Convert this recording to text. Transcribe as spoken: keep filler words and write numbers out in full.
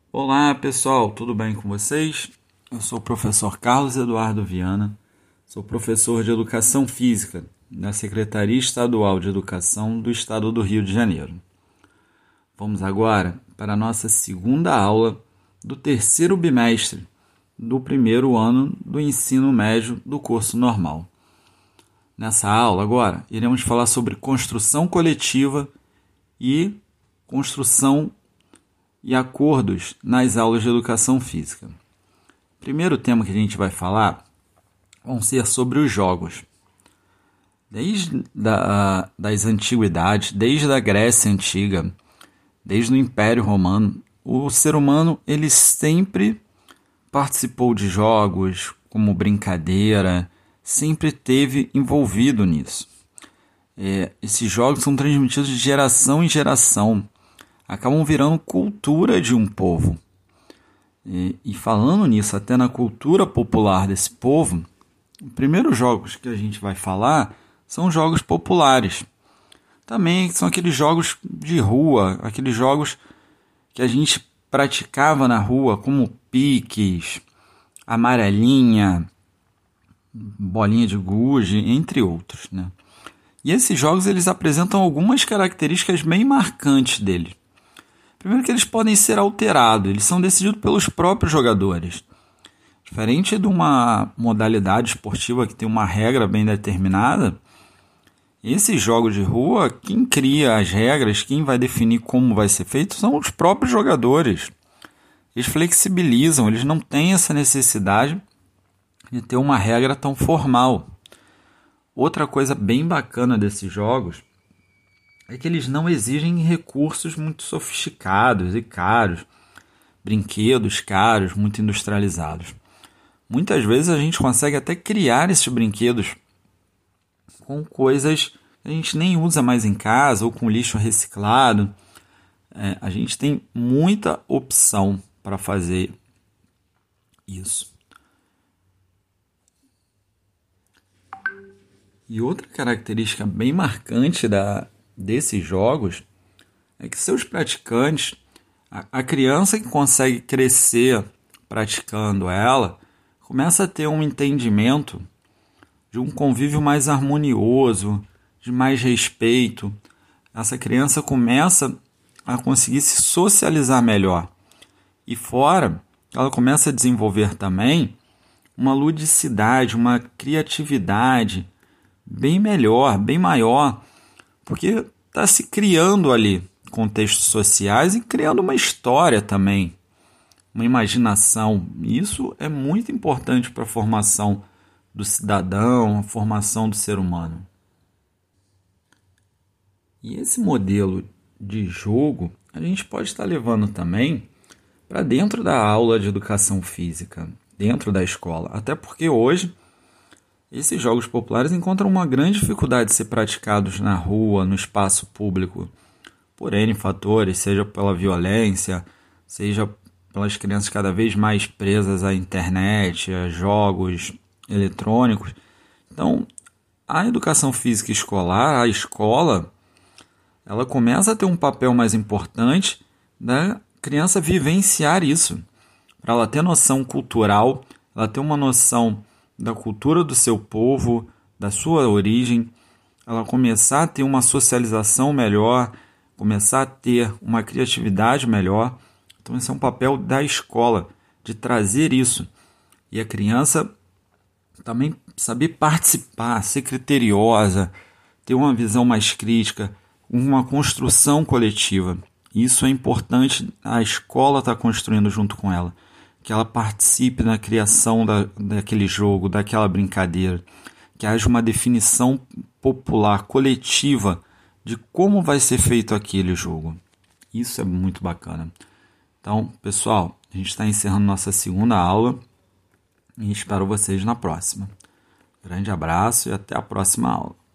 Olá pessoal, tudo bem com vocês? Eu sou o professor Carlos Eduardo Viana, sou professor de Educação Física da Secretaria Estadual de Educação do Estado do Rio de Janeiro. Vamos agora para a nossa segunda aula do terceiro bimestre do primeiro ano do ensino médio do curso normal. Nessa aula agora iremos falar sobre construção coletiva e construção e acordos nas aulas de educação física. O primeiro tema que a gente vai falar vão ser sobre os jogos. Desde da, das antiguidades, desde a Grécia Antiga, desde o Império Romano, o ser humano ele sempre participou de jogos como brincadeira, sempre esteve envolvido nisso. É, esses jogos são transmitidos de geração em geração, acabam virando cultura de um povo. E, e falando nisso, até na cultura popular desse povo, os primeiros jogos que a gente vai falar são jogos populares. Também são aqueles jogos de rua, aqueles jogos que a gente praticava na rua, como piques, amarelinha, bolinha de gude, entre outros, né? E esses jogos eles apresentam algumas características bem marcantes deles. Primeiro que eles podem ser alterados, eles são decididos pelos próprios jogadores. Diferente de uma modalidade esportiva que tem uma regra bem determinada, esses jogos de rua, quem cria as regras, quem vai definir como vai ser feito, são os próprios jogadores. Eles flexibilizam, eles não têm essa necessidade de ter uma regra tão formal. Outra coisa bem bacana desses jogos é que eles não exigem recursos muito sofisticados e caros, brinquedos caros, muito industrializados. Muitas vezes a gente consegue até criar esses brinquedos com coisas que a gente nem usa mais em casa ou com lixo reciclado. É, a gente tem muita opção para fazer isso. E outra característica bem marcante da desses jogos é que seus praticantes, a, a criança que consegue crescer praticando ela, começa a ter um entendimento de um convívio mais harmonioso, de mais respeito. Essa criança começa a conseguir se socializar melhor. E fora, ela começa a desenvolver também uma ludicidade, uma criatividade bem melhor, bem maior, porque está se criando ali contextos sociais e criando uma história também, uma imaginação. Isso é muito importante para a formação do cidadão, a formação do ser humano. E esse modelo de jogo a gente pode estar levando também para dentro da aula de educação física, dentro da escola. Até porque hoje esses jogos populares encontram uma grande dificuldade de ser praticados na rua, no espaço público, por N fatores, seja pela violência, seja pelas crianças cada vez mais presas à internet, a jogos eletrônicos. Então, a educação física escolar, a escola, ela começa a ter um papel mais importante da criança vivenciar isso, para ela ter noção cultural, ela ter uma noção da cultura do seu povo, da sua origem, ela começar a ter uma socialização melhor, começar a ter uma criatividade melhor. Então esse é um papel da escola, de trazer isso. E a criança também saber participar, ser criteriosa, ter uma visão mais crítica, uma construção coletiva. Isso é importante, a escola está construindo junto com ela. Que ela participe na criação da, daquele jogo, daquela brincadeira, que haja uma definição popular, coletiva, de como vai ser feito aquele jogo. Isso é muito bacana. Então, pessoal, a gente está encerrando nossa segunda aula e espero vocês na próxima. Grande abraço e até a próxima aula.